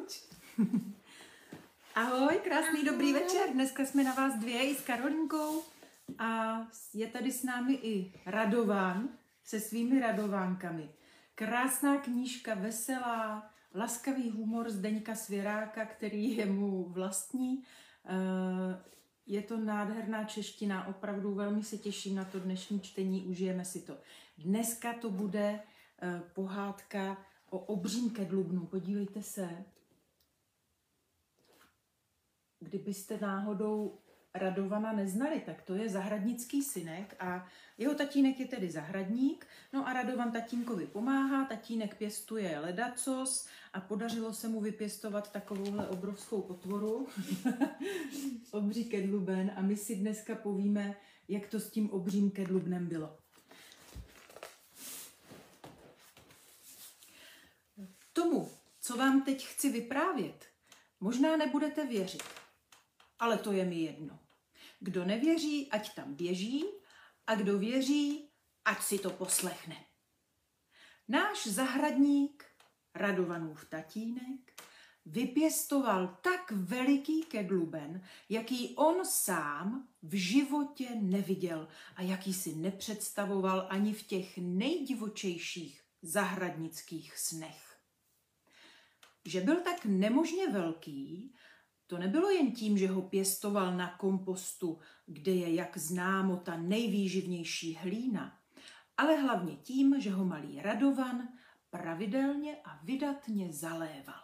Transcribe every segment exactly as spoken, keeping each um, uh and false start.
Auč. Ahoj, krásný Ahoj. Dobrý večer. Dneska jsme na vás dvě i s Karolínkou a je tady s námi i Radovan se svými radovánkami. Krásná knížka, veselá, laskavý humor Zdeňka Svěráka, který je mu vlastní. Je to nádherná čeština, opravdu velmi se těším na to dnešní čtení, užijeme si to. Dneska to bude pohádka o obřím kedlubnu. Podívejte se. Kdybyste náhodou Radovana neznali, tak to je zahradnický synek a jeho tatínek je tedy zahradník. No a Radovan tatínkovi pomáhá, tatínek pěstuje ledacos a podařilo se mu vypěstovat takovouhle obrovskou potvoru, obří kedluben, a my si dneska povíme, jak to s tím obřím kedlubnem bylo. Tomu, co vám teď chci vyprávět, možná nebudete věřit, ale to je mi jedno. Kdo nevěří, ať tam běží, a kdo věří, ať si to poslechne. Náš zahradník, Radovanův tatínek, vypěstoval tak veliký kedluben, jaký on sám v životě neviděl a jaký si nepředstavoval ani v těch nejdivočejších zahradnických snech. Že byl tak nemožně velký, to nebylo jen tím, že ho pěstoval na kompostu, kde je, jak známo, ta nejvýživnější hlína, ale hlavně tím, že ho malý Radovan pravidelně a vydatně zaléval.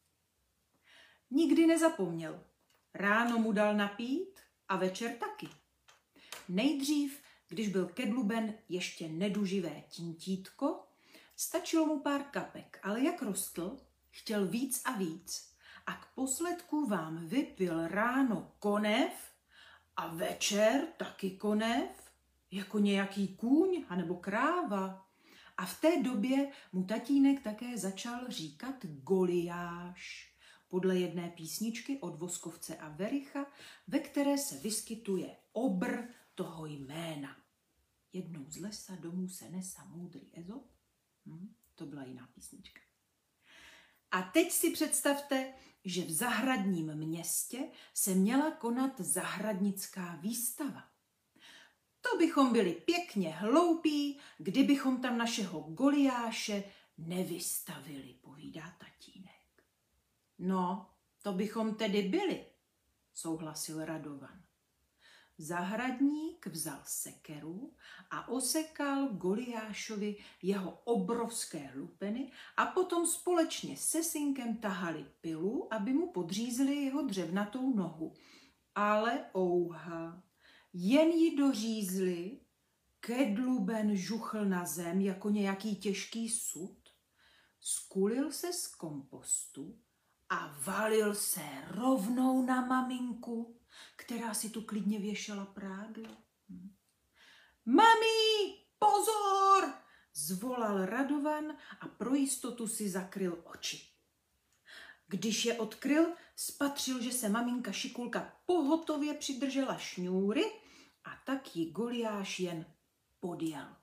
Nikdy nezapomněl. Ráno mu dal napít a večer taky. Nejdřív, když byl kedluben ještě neduživé tintítko, stačilo mu pár kapek, ale jak rostl, chtěl víc a víc. A k posledku vám vypil ráno konev a večer taky konev, jako nějaký kůň anebo kráva. A v té době mu tatínek také začal říkat Goliáš, podle jedné písničky od Voskovce a Vericha, ve které se vyskytuje obr toho jména. Jednou z lesa domů se nesa moudrý Ezop. Hm, to byla jiná písnička. A teď si představte, že v zahradním městě se měla konat zahradnická výstava. To bychom byli pěkně hloupí, kdybychom tam našeho Goliáše nevystavili, povídá tatínek. No, to bychom tedy byli, souhlasil Radovan. Zahradník vzal sekeru a osekal Goliášovi jeho obrovské lupeny a potom společně se synkem tahali pilu, aby mu podřízli jeho dřevnatou nohu. Ale ouha, jen ji dořízli, kedluben žuchl na zem jako nějaký těžký sud, skulil se z kompostu a valil se rovnou na maminku, která si tu klidně věšela prádlo. Hm. Mami, pozor! Zvolal Radovan a pro jistotu si zakryl oči. Když je odkryl, spatřil, že se maminka Šikulka pohotově přidržela šňůry a tak ji Goliáš jen podjel.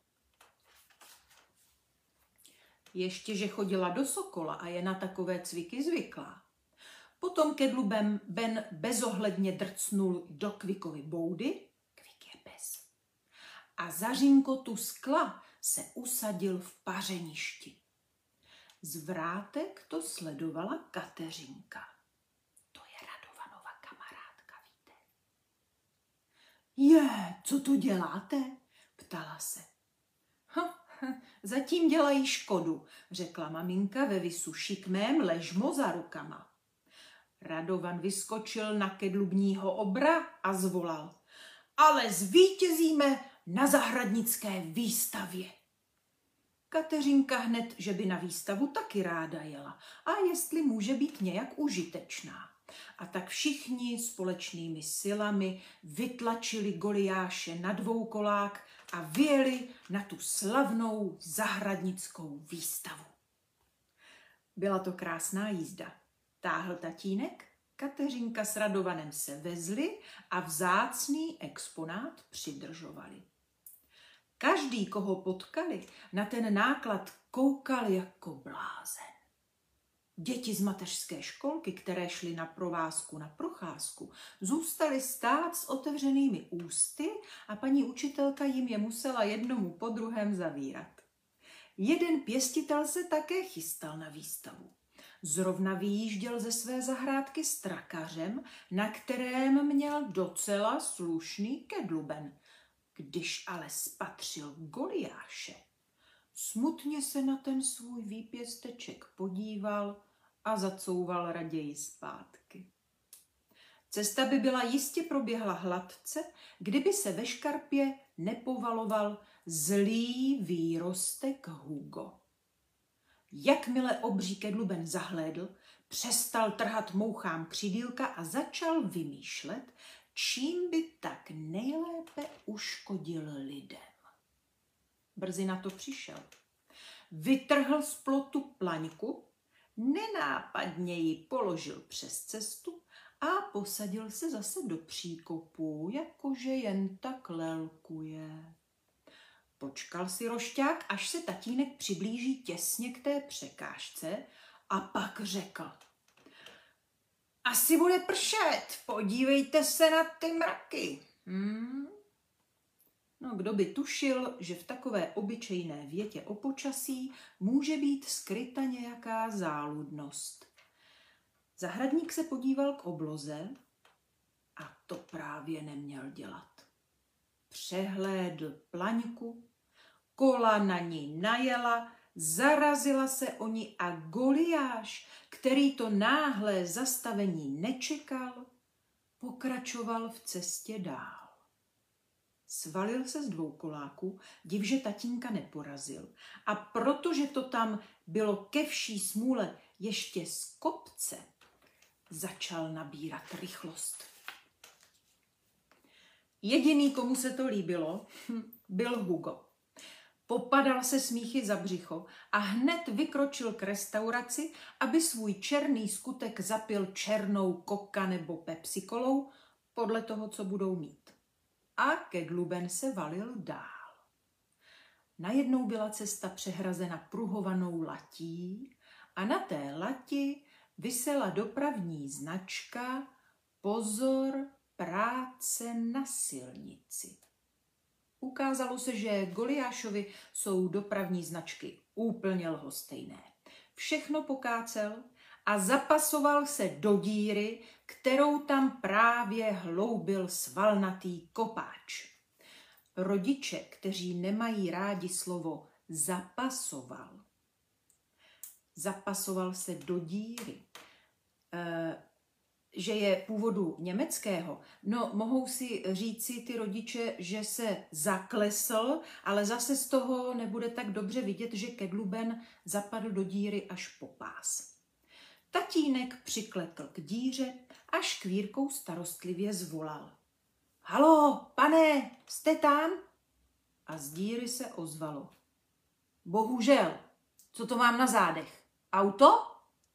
Ještě, že chodila do Sokola a je na takové cviky zvyklá. Potom kedluben Ben bezohledně drcnul do Kvikovy boudy, Kvik je bez, a za řínkotu skla se usadil v pařeništi. Z vrátek to sledovala Kateřinka. To je Radovanova kamarádka, víte. Je, co tu děláte? Ptala se. Ha, zatím dělají škodu, řekla maminka ve visu šikmém ležmo za rukama. Radovan vyskočil na kedlubního obra a zvolal. Ale zvítězíme na zahradnické výstavě. Kateřinka hned, že by na výstavu taky ráda jela a jestli může být nějak užitečná. A tak všichni společnými silami vytlačili Goliáše na dvoukolák a vyjeli na tu slavnou zahradnickou výstavu. Byla to krásná jízda. Táhl tatínek, Kateřinka s Radovanem se vezli a vzácný exponát přidržovali. Každý, koho potkali, na ten náklad koukal jako blázen. Děti z mateřské školky, které šly na provázku na procházku, zůstaly stát s otevřenými ústy a paní učitelka jim je musela jednomu po druhém zavírat. Jeden pěstitel se také chystal na výstavu. Zrovna vyjížděl ze své zahrádky s trakařem, na kterém měl docela slušný kedluben. Když ale spatřil Goliáše, smutně se na ten svůj výpěsteček podíval a zacouval raději zpátky. Cesta by byla jistě proběhla hladce, kdyby se ve škarpě nepovaloval zlý výrostek Hugo. Jakmile obří kedluben zahlédl, přestal trhat mouchám křidýlka a začal vymýšlet, čím by tak nejlépe uškodil lidem. Brzy na to přišel. Vytrhl z plotu plaňku, nenápadně ji položil přes cestu a posadil se zase do příkopu, jakože jen tak lelkuje. Počkal si rošťák, až se tatínek přiblíží těsně k té překážce a pak řekl: Asi bude pršet, podívejte se na ty mraky. Hmm? No, kdo by tušil, že v takové obyčejné větě o počasí může být skryta nějaká záludnost. Zahradník se podíval k obloze a to právě neměl dělat. Přehlédl plaňku, kola na ní najela, zarazila se o ní a Goliáš, který to náhlé zastavení nečekal, pokračoval v cestě dál. Svalil se z dvou koláků, div, že tatínka neporazil. A protože to tam bylo ke vší smůle ještě z kopce, začal nabírat rychlost. Jediný, komu se to líbilo, byl Hugo. Popadal se smíchy za břicho a hned vykročil k restauraci, aby svůj černý skutek zapil černou Coca nebo Pepsi-kolou, podle toho, co budou mít. A kedluben se valil dál. Najednou byla cesta přehrazena pruhovanou latí a na té lati visela dopravní značka Pozor, práce na silnici. Ukázalo se, že Goliášovi jsou dopravní značky úplně lhostejné. Všechno pokácel a zapasoval se do díry, kterou tam právě hloubil svalnatý kopáč. Rodiče, kteří nemají rádi slovo zapasoval, zapasoval se do díry, e, že je původu německého, no mohou si říci ty rodiče, že se zaklesl, ale zase z toho nebude tak dobře vidět, že kedluben zapadl do díry až po pás. Tatínek přiklekl k díře a škvírkou starostlivě zvolal: Halo, pane, jste tam? A z díry se ozvalo: Bohužel, co to mám na zádech? Auto?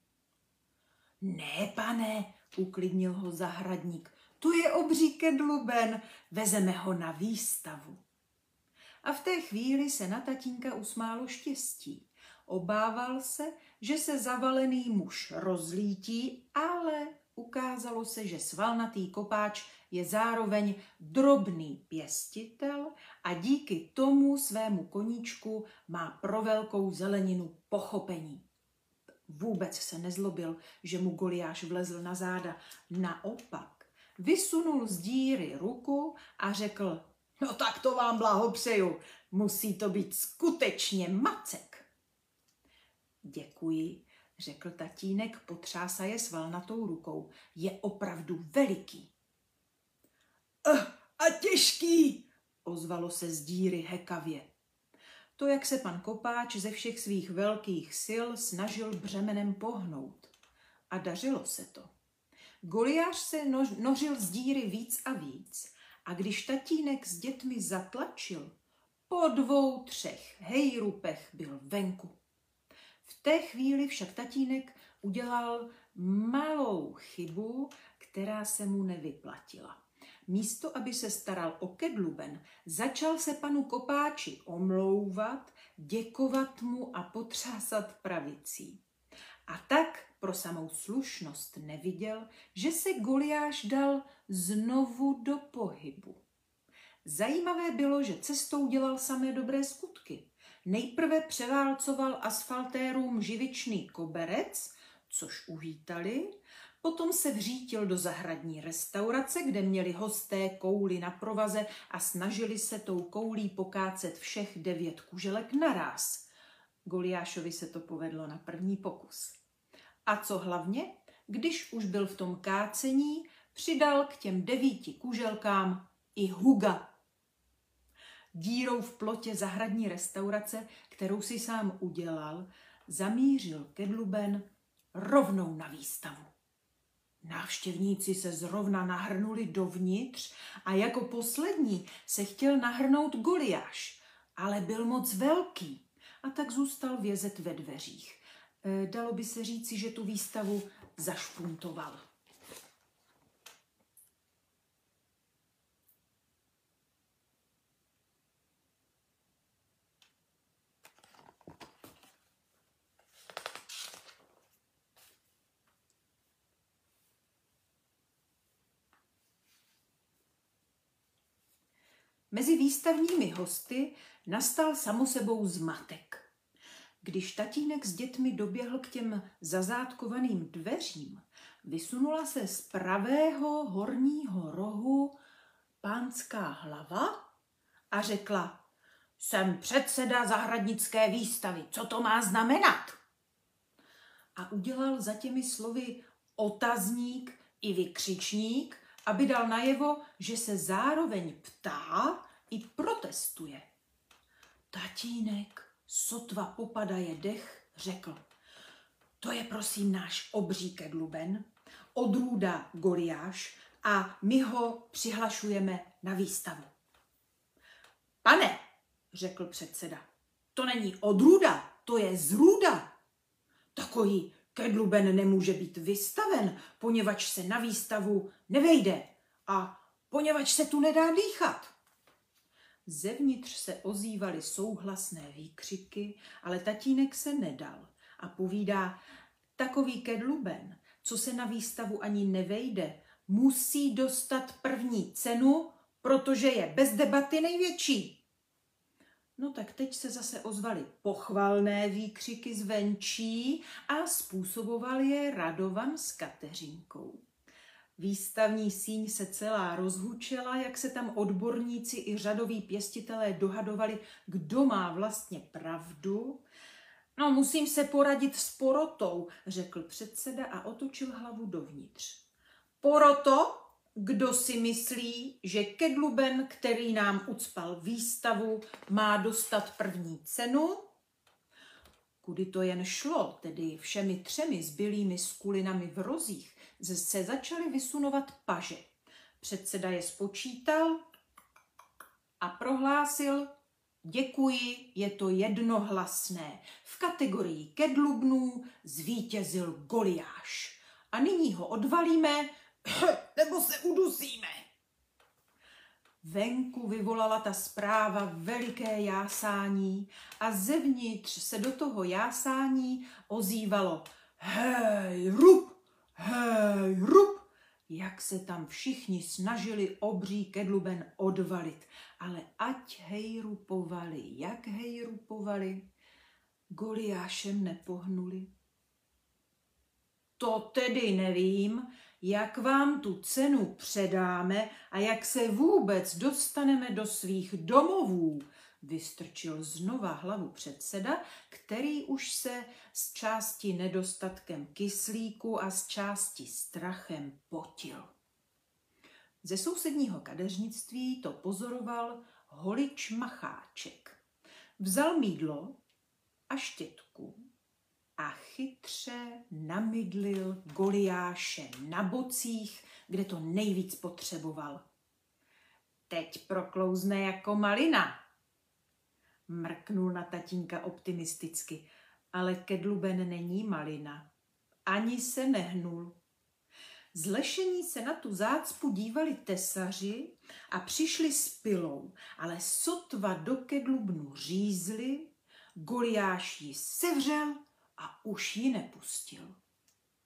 Ne, pane, uklidnil ho zahradník. To je obří kedluben, vezeme ho na výstavu. A v té chvíli se na tatínka usmálo štěstí. Obával se, že se zavalený muž rozlítí, ale ukázalo se, že svalnatý kopáč je zároveň drobný pěstitel a díky tomu svému koníčku má pro velkou zeleninu pochopení. Vůbec se nezlobil, že mu Goliáš vlezl na záda. Naopak, vysunul z díry ruku a řekl: No tak to vám blahopřeju, musí to být skutečně macek. Děkuji, řekl tatínek, potřásaje svalnatou rukou. Je opravdu veliký. Uh, a těžký, ozvalo se z díry hekavě. To, jak se pan kopáč ze všech svých velkých sil snažil břemenem pohnout. A dařilo se to. Goliáš se nož, nořil z díry víc a víc a když tatínek s dětmi zatlačil, po dvou, třech hejrupech byl venku. V té chvíli však tatínek udělal malou chybu, která se mu nevyplatila. Místo, aby se staral o kedluben, začal se panu kopáči omlouvat, děkovat mu a potřásat pravicí. A tak pro samou slušnost neviděl, že se Goliáš dal znovu do pohybu. Zajímavé bylo, že cestou dělal samé dobré skutky. Nejprve převálcoval asfaltérům živičný koberec, což uvítali, potom se vřítil do zahradní restaurace, kde měli hosté kouli na provaze a snažili se tou koulí pokácet všech devět kuželek naráz. Goliášovi se to povedlo na první pokus. A co hlavně, když už byl v tom kácení, přidal k těm devíti kuželkám i Huga. Dírou v plotě zahradní restaurace, kterou si sám udělal, zamířil Kedluben rovnou na výstavu. Návštěvníci se zrovna nahrnuli dovnitř a jako poslední se chtěl nahrnout Goliáš, ale byl moc velký a tak zůstal vězet ve dveřích. E, dalo by se říci, že tu výstavu zašpuntoval. Mezi výstavními hosty nastal samosebou zmatek. Když tatínek s dětmi doběhl k těm zazádkovaným dveřím, vysunula se z pravého horního rohu pánská hlava a řekla: "Jsem předseda zahradnické výstavy, co to má znamenat?" A udělal za těmi slovy otazník i vykřičník, aby dal najevo, že se zároveň ptá i protestuje. Tatínek, sotva popadaje dech, řekl: "To je prosím náš obří Kedluben, odrůda Goliáš, a my ho přihlašujeme na výstavu." "Pane," řekl předseda, "to není odrůda, to je zrůda. Takový Kedluben nemůže být vystaven, poněvadž se na výstavu nevejde a poněvadž se tu nedá dýchat." Zevnitř se ozývaly souhlasné výkřiky, ale tatínek se nedal a povídá: "Takový Kedluben, co se na výstavu ani nevejde, musí dostat první cenu, protože je bez debaty největší." No tak teď se zase ozvaly pochvalné výkřiky zvenčí a způsoboval je Radovan s Kateřinkou. Výstavní síň se celá rozhučela, jak se tam odborníci i řadoví pěstitelé dohadovali, kdo má vlastně pravdu. "No, musím se poradit s porotou," řekl předseda a otočil hlavu dovnitř. "Poroto, kdo si myslí, že Kedluben, který nám ucpal výstavu, má dostat první cenu?" Kudy to jen šlo, tedy všemi třemi zbylými skulinami v rozích, se začaly vysunovat paže. Předseda je spočítal a prohlásil: "Děkuji, je to jednohlasné. V kategorii Kedlubnů zvítězil Goliáš. A nyní ho odvalíme, nebo se udusíme." Venku vyvolala ta zpráva veliké jásání a zevnitř se do toho jásání ozývalo: "Hej, rup, hej, rup!" Jak se tam všichni snažili obří Kedluben odvalit, ale ať hejrupovali, jak hejrupovali, Goliášem nepohnuli. "To tedy nevím, jak vám tu cenu předáme a jak se vůbec dostaneme do svých domovů," vystrčil znova hlavu předseda, který už se z části nedostatkem kyslíku a z části strachem potil. Ze sousedního kadeřnictví to pozoroval holič Macháček. Vzal mýdlo a štětku a chytře namydlil Goliáše na bocích, kde to nejvíc potřeboval. "Teď proklouzne jako malina," mrknul na tatínka optimisticky, ale Kedluben není malina. Ani se nehnul. Zlešení se na tu zácpu dívali tesaři a přišli s pilou, ale sotva do Kedlubnu řízli, Goliáš ji sevřel a už ji nepustil.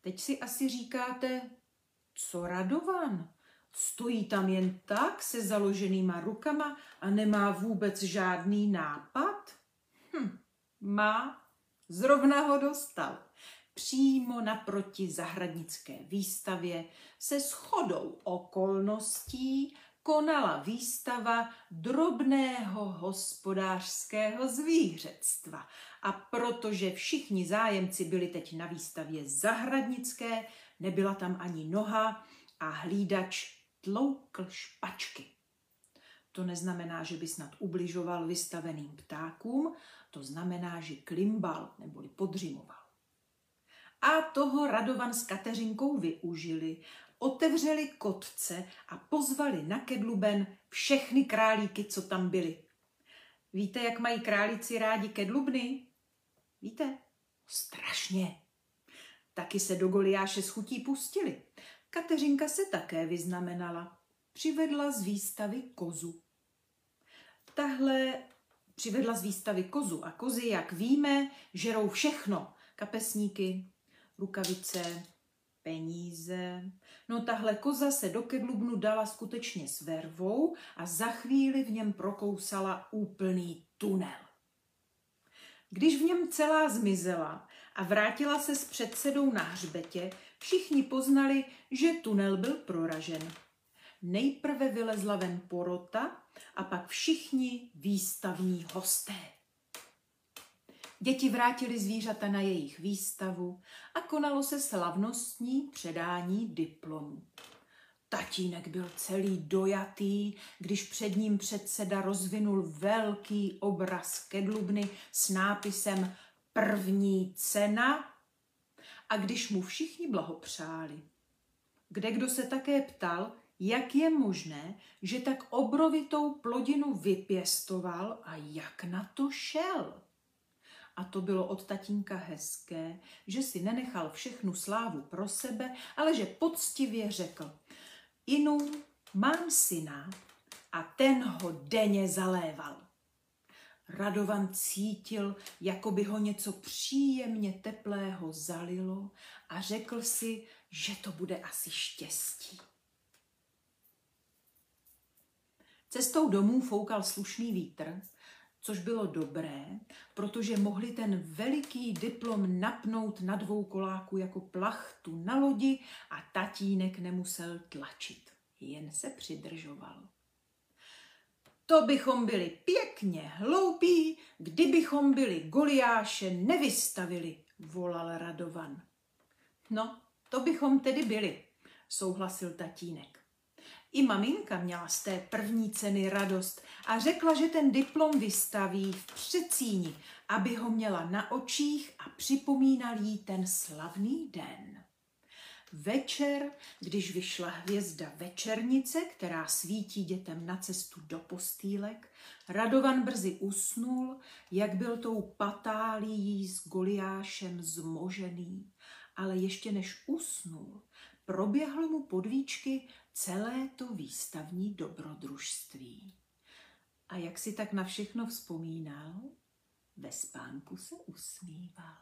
Teď si asi říkáte, co Radovan? Stojí tam jen tak se založenýma rukama a nemá vůbec žádný nápad? Hm, má, zrovna ho dostal. Přímo naproti zahradnické výstavě se shodou okolností konala výstava drobného hospodářského zvířectva. A protože všichni zájemci byli teď na výstavě zahradnické, nebyla tam ani noha a hlídač tloukl špačky. To neznamená, že by snad ubližoval vystaveným ptákům, to znamená, že klimbal neboli podřimoval. A toho Radovan s Kateřinkou využili, otevřeli kotce a pozvali na kedluben všechny králíky, co tam byli. Víte, jak mají králíci rádi kedlubny? Víte? Strašně. Taky se do Goliáše s chutí pustili. Kateřinka se také vyznamenala. Přivedla z výstavy kozu. Tahle přivedla z výstavy kozu a kozy, jak víme, žerou všechno. Kapesníky, rukavice, peníze. No tahle koza se do kedlubnu dala skutečně s vervou a za chvíli v něm prokousala úplný tunel. Když v něm celá zmizela a vrátila se s předsedou na hřbetě, všichni poznali, že tunel byl proražen. Nejprve vylezla ven porota a pak všichni výstavní hosté. Děti vrátili zvířata na jejich výstavu a konalo se slavnostní předání diplomu. Tatínek byl celý dojatý, když před ním předseda rozvinul velký obraz kedlubny s nápisem První cena a když mu všichni blahopřáli. Kdekdo se také ptal, jak je možné, že tak obrovitou plodinu vypěstoval a jak na to šel. A to bylo od tatínka hezké, že si nenechal všechnu slávu pro sebe, ale že poctivě řekl: Inu, mám syna a ten ho denně zaléval. Radovan cítil, jako by ho něco příjemně teplého zalilo a řekl si, že to bude asi štěstí. Cestou domů foukal slušný vítr, což bylo dobré, protože mohli ten veliký diplom napnout na dvou koláku jako plachtu na lodi a tatínek nemusel tlačit, jen se přidržoval. To bychom byli pěkně hloupí, kdybychom byli Goliáše nevystavili, volal Radovan. No, to bychom tedy byli, souhlasil tatínek. I maminka měla z té první ceny radost a řekla, že ten diplom vystaví v předsíni, aby ho měla na očích a připomínal jí ten slavný den. Večer, když vyšla hvězda večernice, která svítí dětem na cestu do postýlek, Radovan brzy usnul, jak byl tou patálií s Goliášem zmožený, ale ještě než usnul, proběhlo mu pod víčky celé to výstavní dobrodružství. A jak si tak na všechno vzpomínal, ve spánku se usmíval.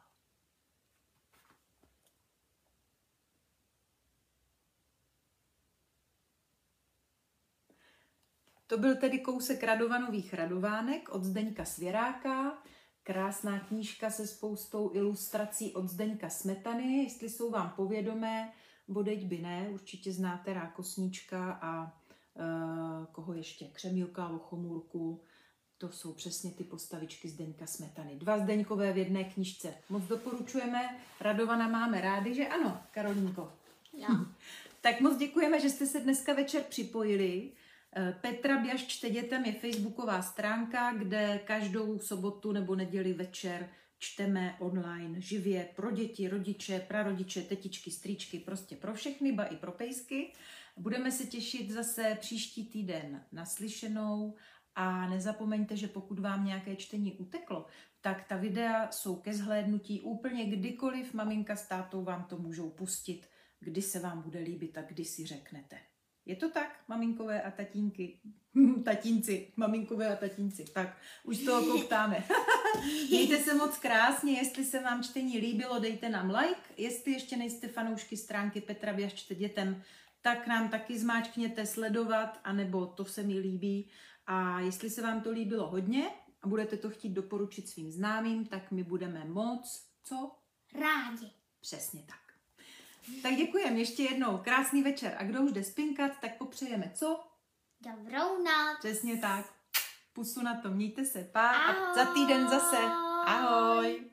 To byl tedy kousek Radovanových Radovánek od Zdeňka Svěráka. Krásná knížka se spoustou ilustrací od Zdeňka Smetany. Jestli jsou vám povědomé, bodeď by ne, určitě znáte Rákosníčka a uh, koho ještě, Křemílka, Lochomůrku. To jsou přesně ty postavičky Zdeňka Smetany. Dva Zdeňkové v jedné knížce. Moc doporučujeme, Radovana máme rádi, že ano, Karolínko? Já. Tak moc děkujeme, že jste se dneska večer připojili. Petra Běž čte dětem je facebooková stránka, kde každou sobotu nebo neděli večer čteme online živě pro děti, rodiče, prarodiče, tetičky, strýčky, prostě pro všechny, ba i pro pejsky. Budeme se těšit zase příští týden naslyšenou a nezapomeňte, že pokud vám nějaké čtení uteklo, tak ta videa jsou ke zhlédnutí úplně kdykoliv maminka s tátou vám to můžou pustit, kdy se vám bude líbit a kdy si řeknete. Je to tak, maminkové a tatínky? Tatínci, maminkové a tatínci. Tak, už z toho kouktáme. Mějte se moc krásně, jestli se vám čtení líbilo, dejte nám like. Jestli ještě nejste fanoušky stránky Petra Běh čte dětem, tak nám taky zmáčkněte sledovat, anebo to se mi líbí. A jestli se vám to líbilo hodně a budete to chtít doporučit svým známým, tak my budeme moc, co? Rádi. Přesně tak. Tak děkujeme ještě jednou. Krásný večer. A kdo už jde spinkat, tak popřejeme co? Dobrou noc. Přesně tak. Pusu na to. Mějte se. Pá. A Ahoj. za týden zase. Ahoj.